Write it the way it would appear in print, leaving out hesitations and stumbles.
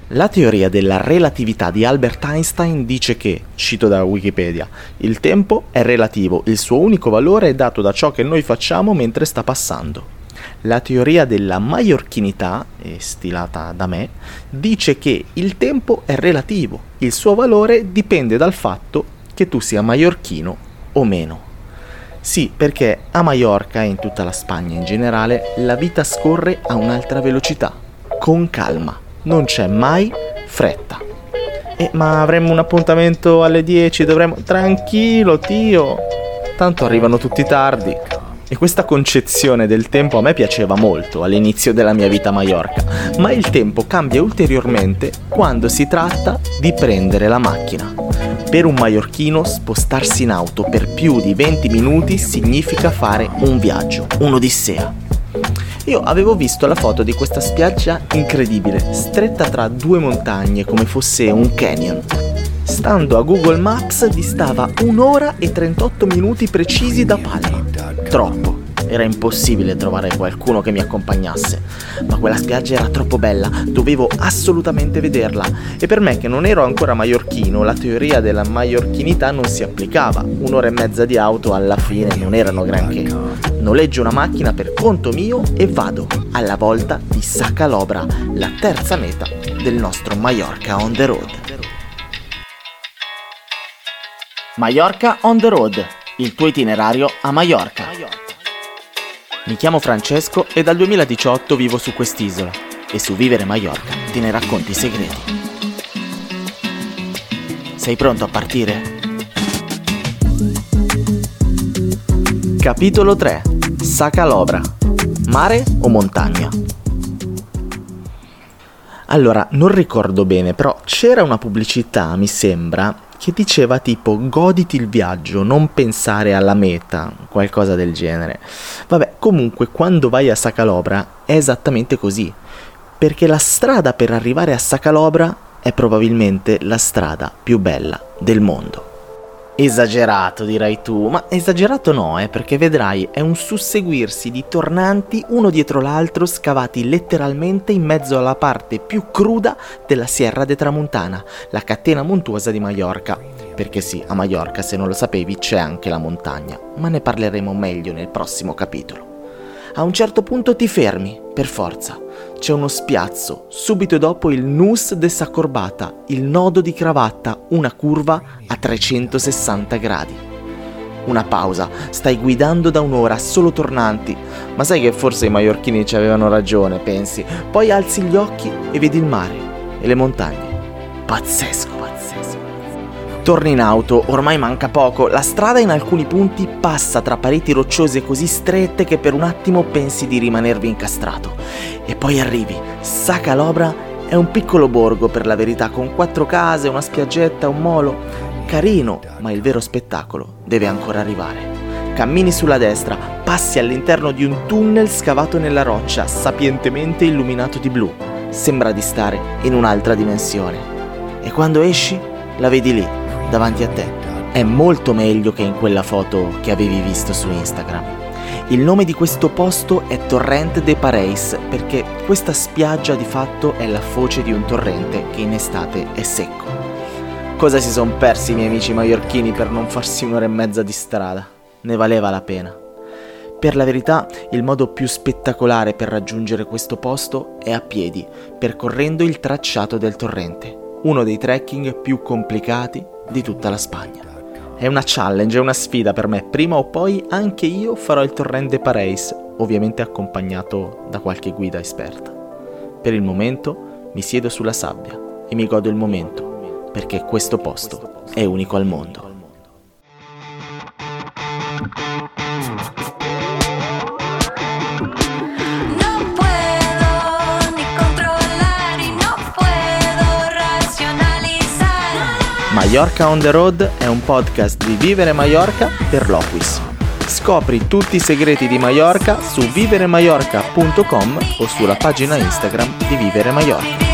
La teoria della relatività di Albert Einstein dice che, cito da Wikipedia, il tempo è relativo, il suo unico valore è dato da ciò che noi facciamo mentre sta passando. La teoria della maiorchinità, stilata da me, dice che il tempo è relativo, il suo valore dipende dal fatto che tu sia maiorchino o meno. Sì, perché a Maiorca e in tutta la Spagna in generale la vita scorre a un'altra velocità, con calma. Non c'è mai fretta. Ma avremmo un appuntamento alle 10, dovremmo... Tranquillo, Tio! Tanto arrivano tutti tardi. E questa concezione del tempo a me piaceva molto all'inizio della mia vita a Maiorca, ma il tempo cambia ulteriormente quando si tratta di prendere la macchina. Per un maiorchino spostarsi in auto per più di 20 minuti significa fare un viaggio, un'odissea. Io avevo visto la foto di questa spiaggia incredibile, stretta tra due montagne come fosse un canyon. Stando a Google Maps distava 1 ora e 38 minuti precisi da Palma. Troppo. Era impossibile trovare qualcuno che mi accompagnasse, ma quella spiaggia era troppo bella, dovevo assolutamente vederla. E per me che non ero ancora maiorchino, la teoria della maiorchinità non si applicava. 1 ora e mezza di auto alla fine non erano granché. Noleggio una macchina per conto mio e vado alla volta di Sacalobra, la terza meta del nostro Maiorca on the road. Maiorca on the road, il tuo itinerario a Maiorca. Mi chiamo Francesco e dal 2018 vivo su quest'isola e su Vivere Maiorca te ne racconto i segreti. Sei pronto a partire? Capitolo 3. Sacalobra. Mare o montagna? Allora, non ricordo bene, però c'era una pubblicità, mi sembra, che diceva tipo goditi il viaggio, non pensare alla meta, qualcosa del genere. Vabbè, comunque quando vai a Sacalobra è esattamente così, perché la strada per arrivare a Sacalobra è probabilmente la strada più bella del mondo. Esagerato, dirai tu, ma esagerato no, perché vedrai è un susseguirsi di tornanti uno dietro l'altro scavati letteralmente in mezzo alla parte più cruda della Sierra de Tramuntana, la catena montuosa di Maiorca. Perché sì, a Maiorca, se non lo sapevi, c'è anche la montagna, ma ne parleremo meglio nel prossimo capitolo. A un certo punto ti fermi, per forza. C'è uno spiazzo, subito dopo il Nus de Sa Corbata, il nodo di cravatta, una curva a 360 gradi. Una pausa, stai guidando da 1 ora, solo tornanti. Ma sai che forse i maiorchini ci avevano ragione, pensi. Poi alzi gli occhi e vedi il mare e le montagne. Pazzesco. Torni in auto, ormai manca poco, la strada in alcuni punti passa tra pareti rocciose così strette che per un attimo pensi di rimanervi incastrato. E poi arrivi, Sacalobra è un piccolo borgo per la verità, con 4 case, una spiaggetta, un molo. Carino, ma il vero spettacolo deve ancora arrivare. Cammini sulla destra, passi all'interno di un tunnel scavato nella roccia, sapientemente illuminato di blu. Sembra di stare in un'altra dimensione. E quando esci, la vedi lì, davanti a te. È molto meglio che in quella foto che avevi visto su Instagram. Il nome di questo posto è Torrent de Pareis perché questa spiaggia di fatto è la foce di un torrente che in estate è secco. Cosa si son persi i miei amici maiorchini per non farsi 1 ora e mezza di strada? Ne valeva la pena. Per la verità, il modo più spettacolare per raggiungere questo posto è a piedi, percorrendo il tracciato del torrente, uno dei trekking più complicati di tutta la Spagna. È una challenge, è una sfida per me. Prima o poi anche io farò il Torrent de Pareis, ovviamente accompagnato da qualche guida esperta. Per il momento mi siedo sulla sabbia e mi godo il momento, perché questo posto è unico al mondo. Maiorca on the road è un podcast di Vivere Maiorca per Loquis. Scopri tutti i segreti di Maiorca su viveremaiorca.com o sulla pagina Instagram di Vivere Maiorca.